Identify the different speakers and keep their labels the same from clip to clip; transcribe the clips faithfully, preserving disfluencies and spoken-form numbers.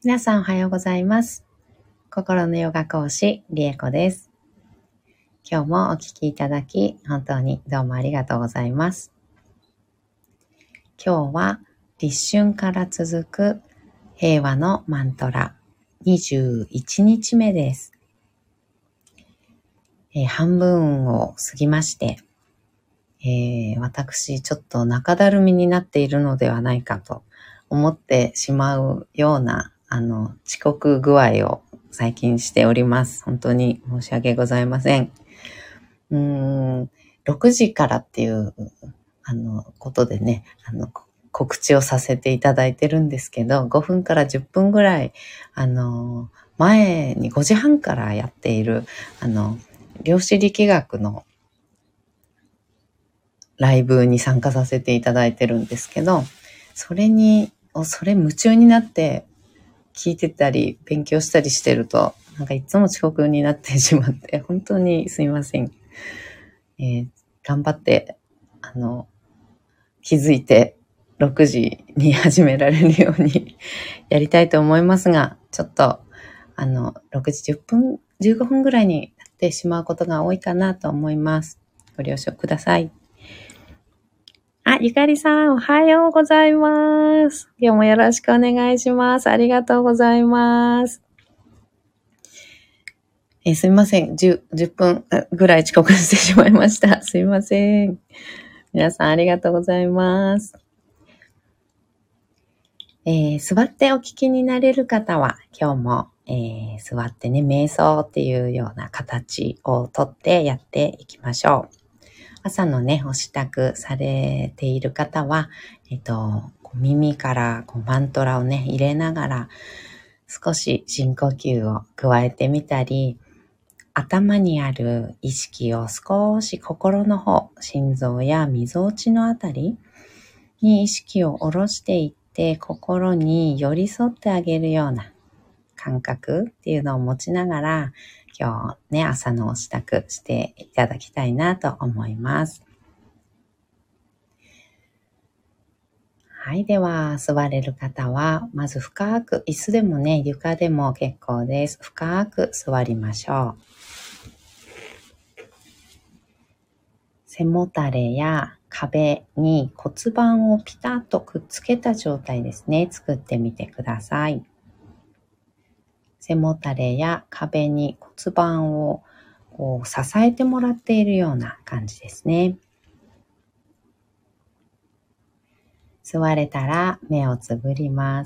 Speaker 1: 皆さんおはようございます。心のヨガ講師、リエコです。今日もお聞きいただき、本当にどうもありがとうございます。今日は立春から続く平和のマントラにじゅういちにちめです。えー、半分を過ぎまして、えー、私ちょっと中だるみになっているのではないかと思ってしまうようなあの遅刻具合を最近しております。本当に申し訳ございません。うーん、ろくじからっていうあのことでね、あの告知をさせていただいてるんですけど、ごふんからじゅっぷんぐらいあの前にごじはんからやっているあの量子力学のライブに参加させていただいてるんですけど、それにそれ夢中になって聞いてたり勉強したりしてると、なんかいつも遅刻になってしまって本当にすいません。えー、頑張ってあの気づいてろくじに始められるようにやりたいと思いますが、ちょっとあのろくじじゅっぷんじゅうごふんぐらいになってしまうことが多いかなと思います。ご了承ください。あ、ゆかりさんおはようございます。今日もよろしくお願いします。ありがとうございます。えー、すみません。じゅう、ぷんぐらい遅刻してしまいました。すいません。皆さんありがとうございます。えー、座ってお聞きになれる方は、今日も、えー、座ってね、瞑想っていうような形をとってやっていきましょう。朝のね、お支度されている方は、えっと、耳からこうマントラをね、入れながら、少し深呼吸を加えてみたり、頭にある意識を少し心の方、心臓やみぞおちのあたりに意識を下ろしていって、心に寄り添ってあげるような感覚っていうのを持ちながら、今日ね、朝のお支度していただきたいなと思います。はい、では座れる方は、まず深く、椅子でもね、床でも結構です。深く座りましょう。背もたれや壁に骨盤をピタッとくっつけた状態ですね、作ってみてください。背もたれや壁に骨盤をこう支えてもらっているような感じですね。座れたら目をつぶります。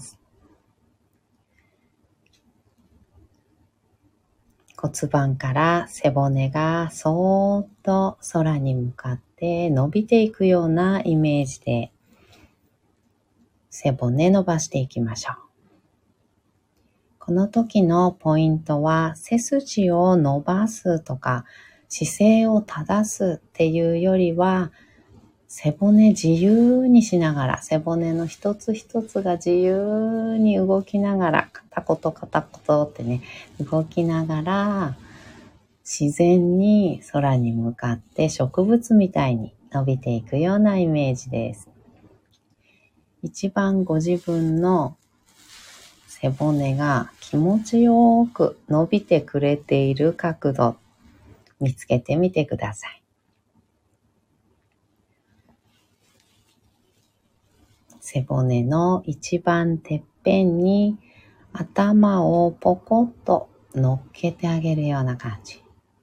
Speaker 1: 骨盤から背骨がそーっと空に向かって伸びていくようなイメージで背骨伸ばしていきましょう。この時のポイントは背筋を伸ばすとか姿勢を正すっていうよりは、背骨自由にしながら、背骨の一つ一つが自由に動きながら、片言片言ってね、動きながら、自然に空に向かって植物みたいに伸びていくようなイメージです。一番ご自分の背骨が気持ちよく伸びてくれている角度、見つけてみてください。背骨の一番てっぺんに頭をポコッと乗っけてあげるような感じ。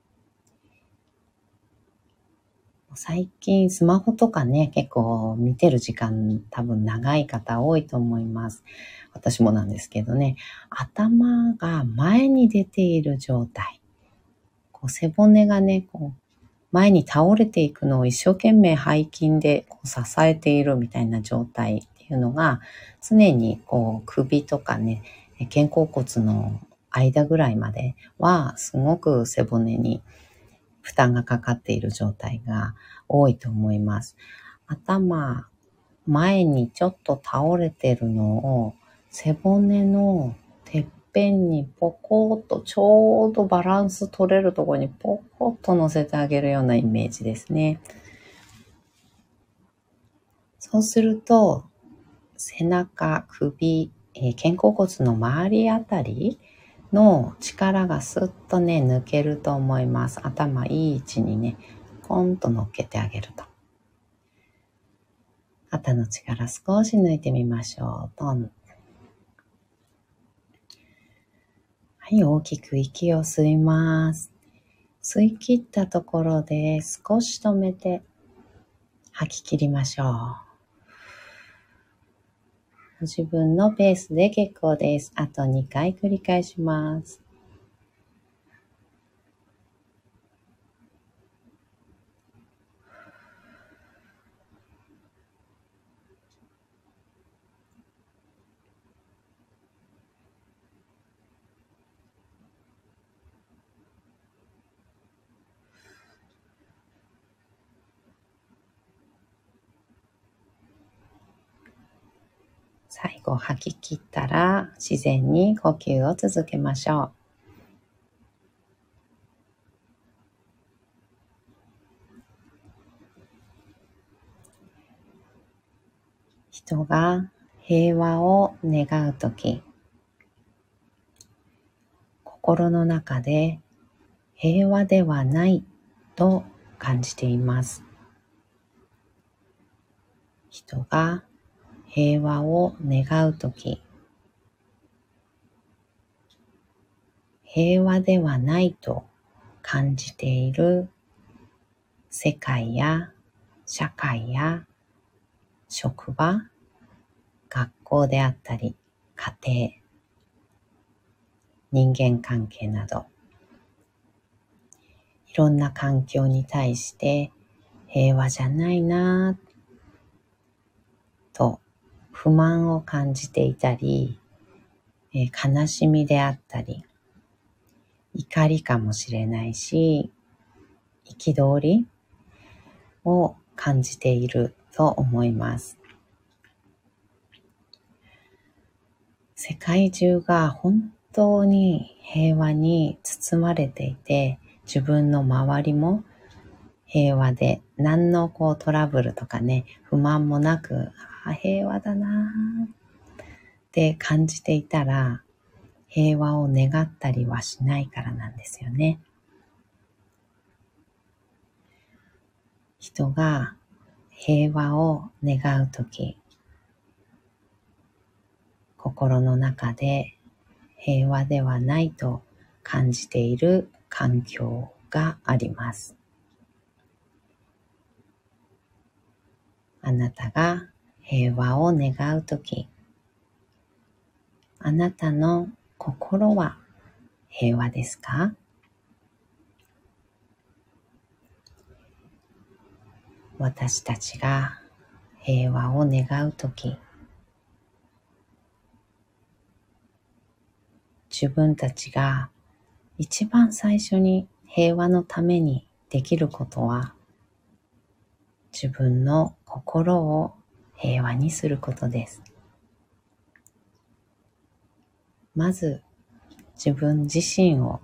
Speaker 1: 最近スマホとかね、結構見てる時間多分長い方多いと思います。私もなんですけどね、頭が前に出ている状態。こう背骨がね、こう前に倒れていくのを一生懸命背筋でこう支えているみたいな状態っていうのが、常にこう首とかね、肩甲骨の間ぐらいまではすごく背骨に負担がかかっている状態が多いと思います。頭前にちょっと倒れてるのを背骨のてっぺんにポコッとちょうどバランス取れるところにポコッと乗せてあげるようなイメージですね。そうすると背中、首、 えー肩甲骨の周りあたりの力がスッとね、抜けると思います。頭いい位置にね、ポンと乗っけてあげると。肩の力少し抜いてみましょう。トン。はい、大きく息を吸います。吸い切ったところで少し止めて吐き切りましょう。自分のペースで結構です。あとにかい繰り返します。最後吐き切ったら自然に呼吸を続けましょう。人が平和を願うとき、心の中で平和ではないと感じています。人が平和を願うとき、平和ではないと感じている世界や社会や職場、学校であったり、家庭、人間関係など、いろんな環境に対して平和じゃないなぁと不満を感じていたり、えー悲しみであったり、怒りかもしれないし、憤りを感じていると思います。世界中が本当に平和に包まれていて、自分の周りも平和で、何のこうトラブルとかね、不満もなく、あ、平和だなって感じていたら、平和を願ったりはしないからなんですよね。人が平和を願うとき、心の中で平和ではないと感じている環境があります。あなたが平和を願うとき、あなたの心は平和ですか？私たちが平和を願うとき、自分たちが一番最初に平和のためにできることは、自分の心を平和にすることです。まず自分自身を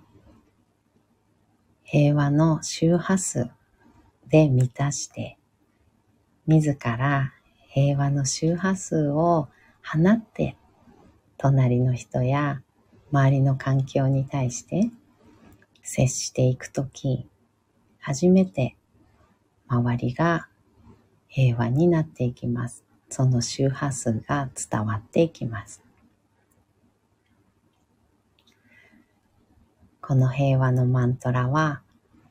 Speaker 1: 平和の周波数で満たして、自ら平和の周波数を放って隣の人や周りの環境に対して接していくとき、初めて周りが平和になっていきます。その周波数が伝わっていきます。この平和のマントラは、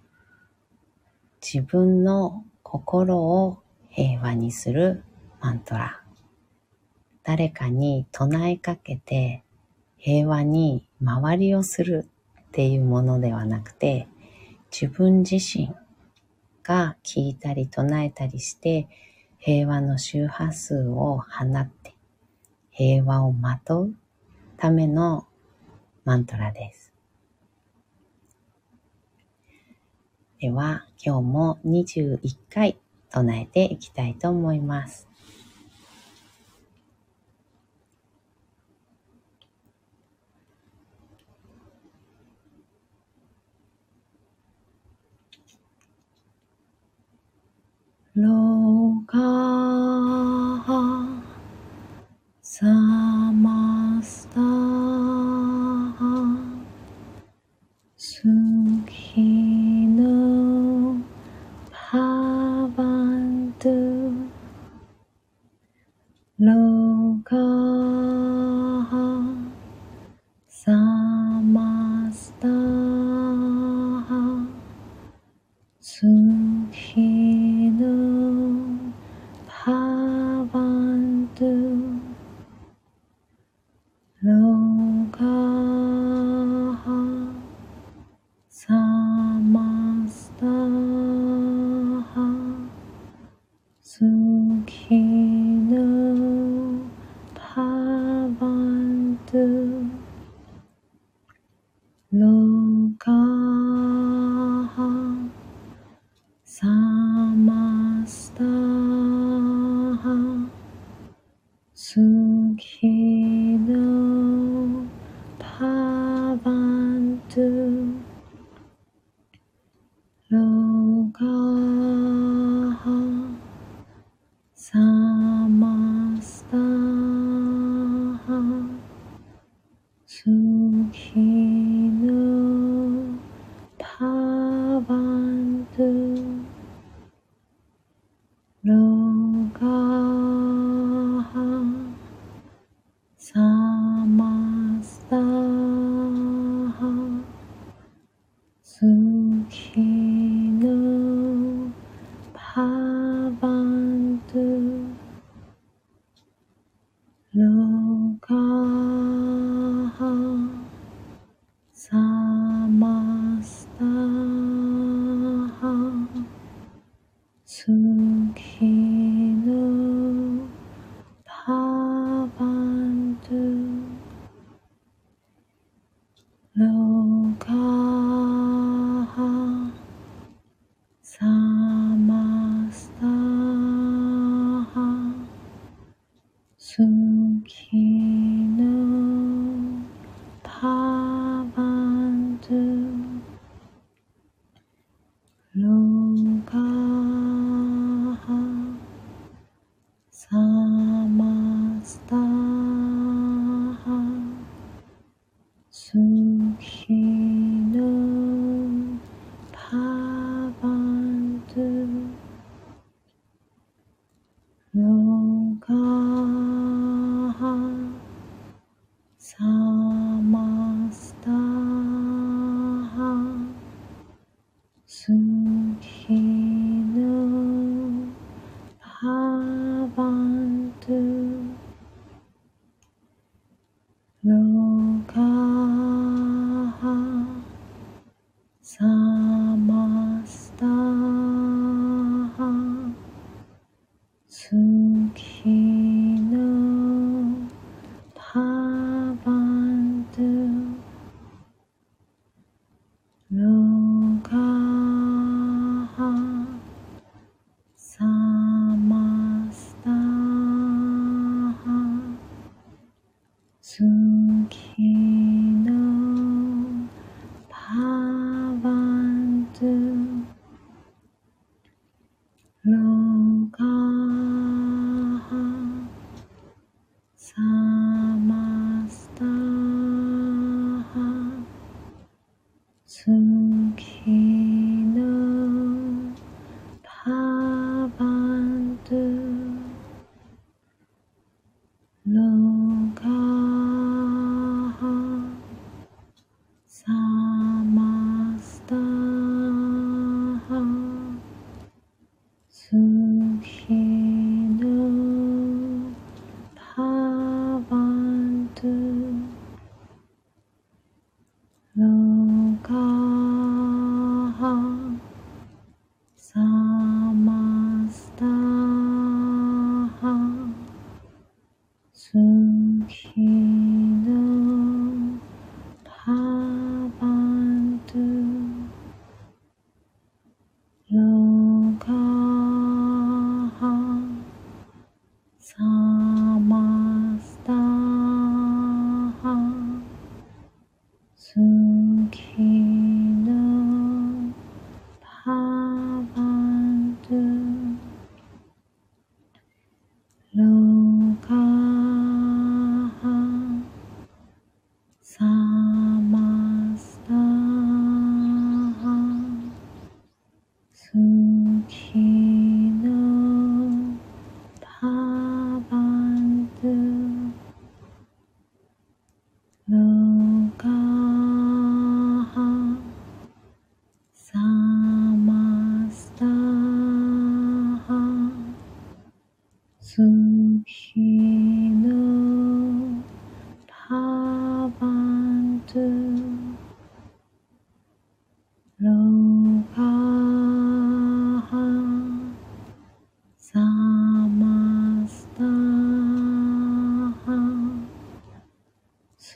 Speaker 1: 自分の心を平和にするマントラ。誰かに唱えかけて平和に周りをするっていうものではなくて、自分自身が聞いたり唱えたりして平和の周波数を放って平和をまとうためのマントラです。では今日もにじゅういっかい唱えていきたいと思います。ロカサマ Lokaha Samastaha Sukhino Bhavantu Lokaha Samastaha Sukhino Bhavantu Lokaha Samastaha Sukhino Bhavantu Lokaha Samastaha Sukhino Bhavantu Lokaha Samastaha Sukhino Bhavantu Lokaha Samastaha Sukhino Bhavantu Lokaha Samastaha Sukhino Bhavantu Lokaha Samastaha Sukhino Bhavantu Lokaha Samastaha Sukhino Bhavantu Lokaha Samastaha Sukhino Bhavantu Lokaha Samastaha Sukhino Bhavantu Lokaha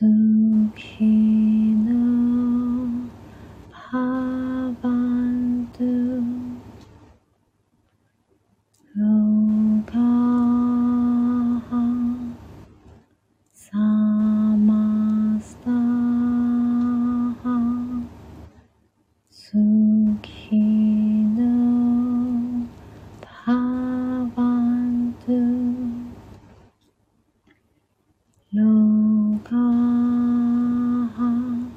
Speaker 1: Sukhina bhavantu lokaha samastaha sukhina bhavantu lokaha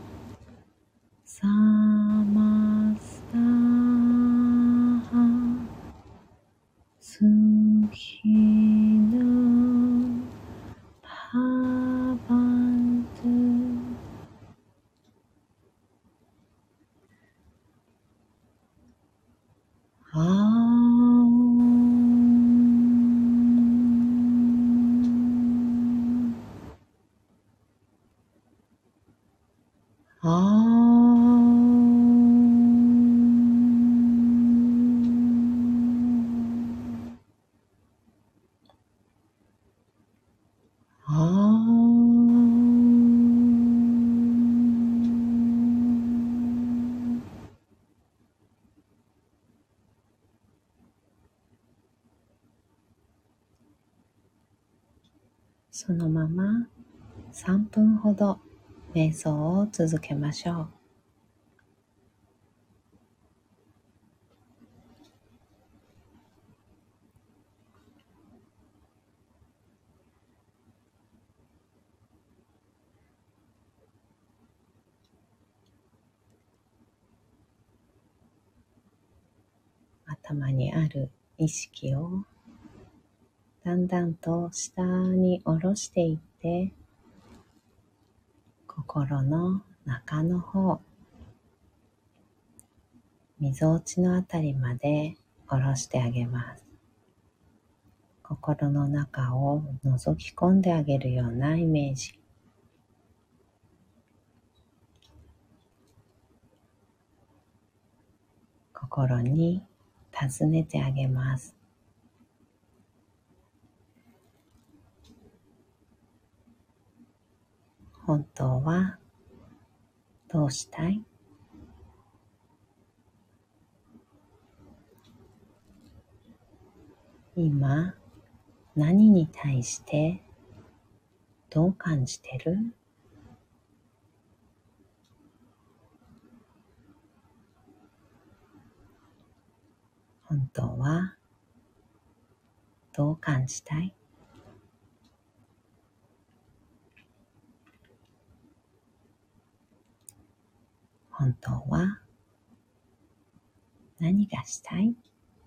Speaker 1: samastaha sukhina bhavantu.ああそのままさんぷんほど瞑想を続けましょう。頭にある意識をだんだんと下に下ろしていって、心の中の方、みぞおちのあたりまで下ろしてあげます。心の中を覗き込んであげるようなイメージ。心に尋ねてあげます。本当はどうしたい？今何に対してどう感じてる？本当はどう感じたい？本当は何がしたい？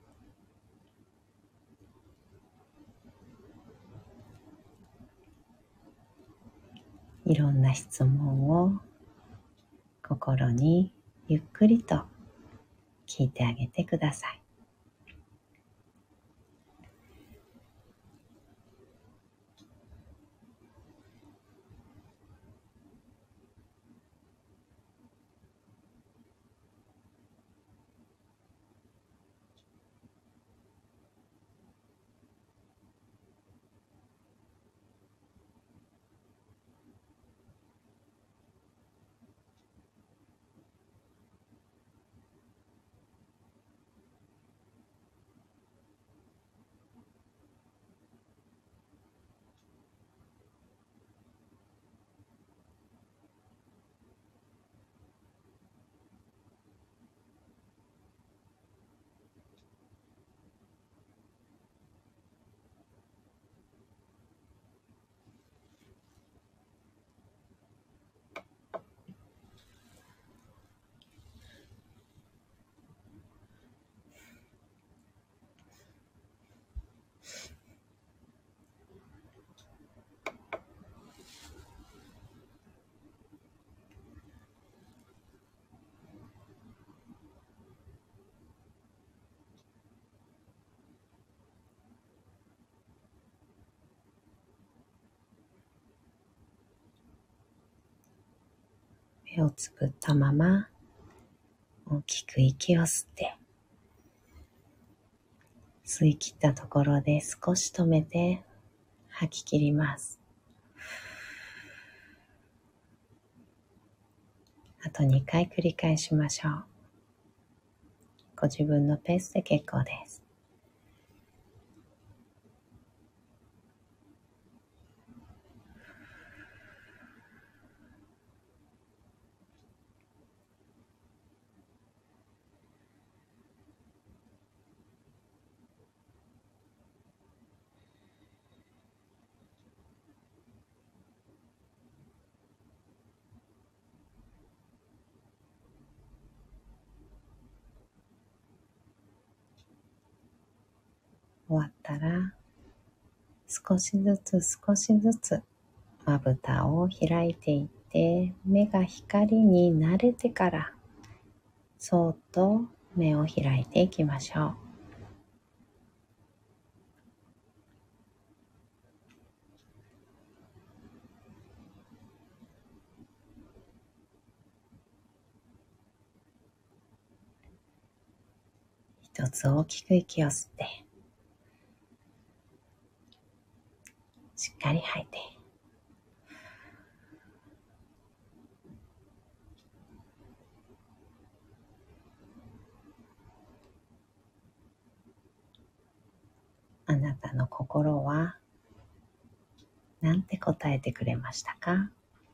Speaker 1: いろんな質問を心にゆっくりと聞いてあげてください。目をつぶったまま大きく息を吸って、吸い切ったところで少し止めて吐き切ります。 あとにかい繰り返しましょう。ご自分のペースで結構です。終わったら、少しずつ少しずつまぶたを開いていって、目が光に慣れてから、そーっと目を開いていきましょう。一つ大きく息を吸って、しっかり吐いて、あなたの心はなんて答えてくれましたか？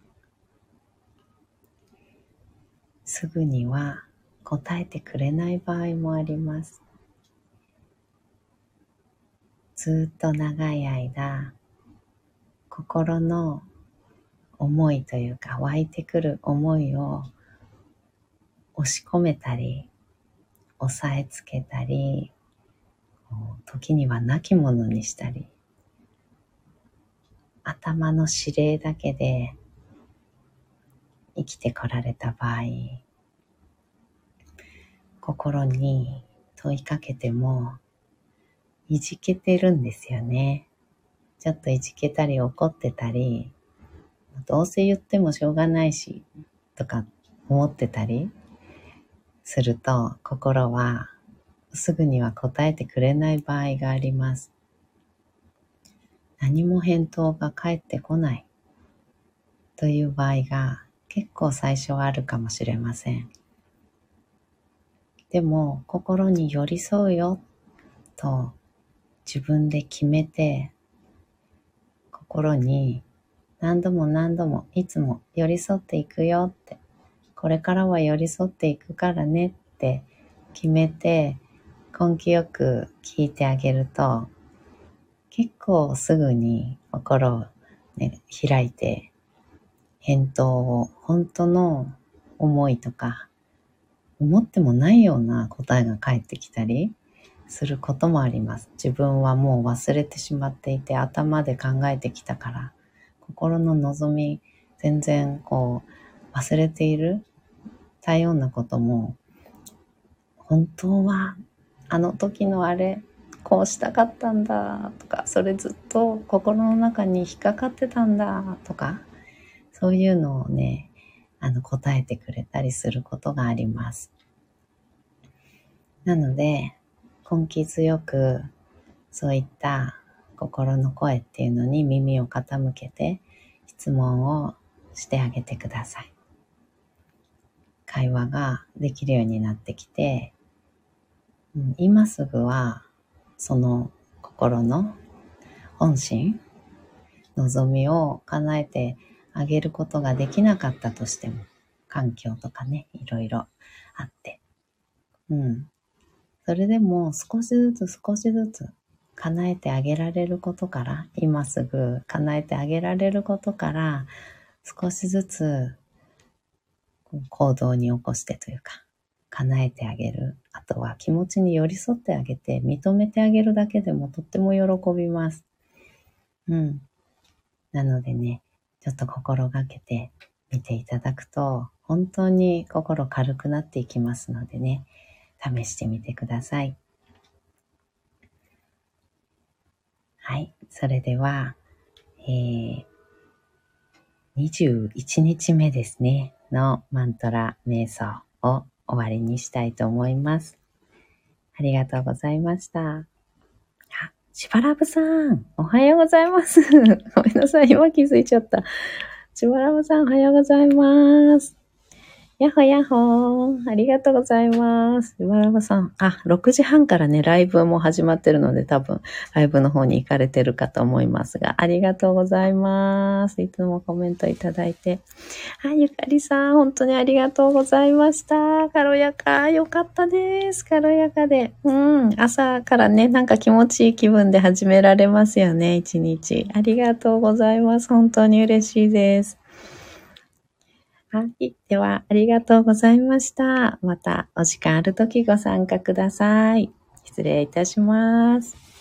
Speaker 1: すぐには答えてくれない場合もあります。ずっと長い間、心の思いというか湧いてくる思いを押し込めたり、押さえつけたり、時には亡き者にしたり、頭の指令だけで生きてこられた場合、心に問いかけてもいじけてるんですよね。ちょっといじけたり怒ってたり、どうせ言ってもしょうがないしとか思ってたりすると、心はすぐには答えてくれない場合があります。何も返答が返ってこないという場合が結構最初はあるかもしれません。でも心に寄り添うよと自分で決めて、心に何度も何度もいつも寄り添っていくよって、これからは寄り添っていくからねって決めて根気よく聞いてあげると、結構すぐに心を、ね、開いて返答を、本当の思いとか思ってもないような答えが返ってきたりすることもあります。自分はもう忘れてしまっていて、頭で考えてきたから心の望み全然こう忘れているたようなことも、本当はあの時のあれこうしたかったんだとか、それずっと心の中に引っかかってたんだとか、そういうのをね、あの答えてくれたりすることがあります。なので根気強くそういった心の声っていうのに耳を傾けて質問をしてあげてください。会話ができるようになってきて、うん、今すぐはその心の本心、望みを叶えてあげることができなかったとしても、環境とかね、いろいろあって、うん、それでも少しずつ少しずつ叶えてあげられることから、今すぐ叶えてあげられることから少しずつ行動に起こしてというか、叶えてあげる。あとは気持ちに寄り添ってあげて、認めてあげるだけでもとっても喜びます。うん。なのでね、ちょっと心がけてみていただくと、本当に心軽くなっていきますのでね、試してみてください。はい。それでは、えー、にじゅういちにちめですね、のマントラ瞑想を終わりにしたいと思います。ありがとうございました。あ、しばらぶさん、おはようございます。ごめんなさい、今気づいちゃった。しばらぶさん、おはようございます。 やっほやっほー。ありがとうございます。わらばさん。あ、ろくじはんからね、ライブも始まってるので、多分、ライブの方に行かれてるかと思いますが、ありがとうございます。いつもコメントいただいて。あ、ゆかりさん、本当にありがとうございました。軽やか。よかったです。軽やかで。うん。朝からね、なんか気持ちいい気分で始められますよね、一日。ありがとうございます。本当に嬉しいです。はい。では、ありがとうございました。また、お時間あるときご参加ください。失礼いたします。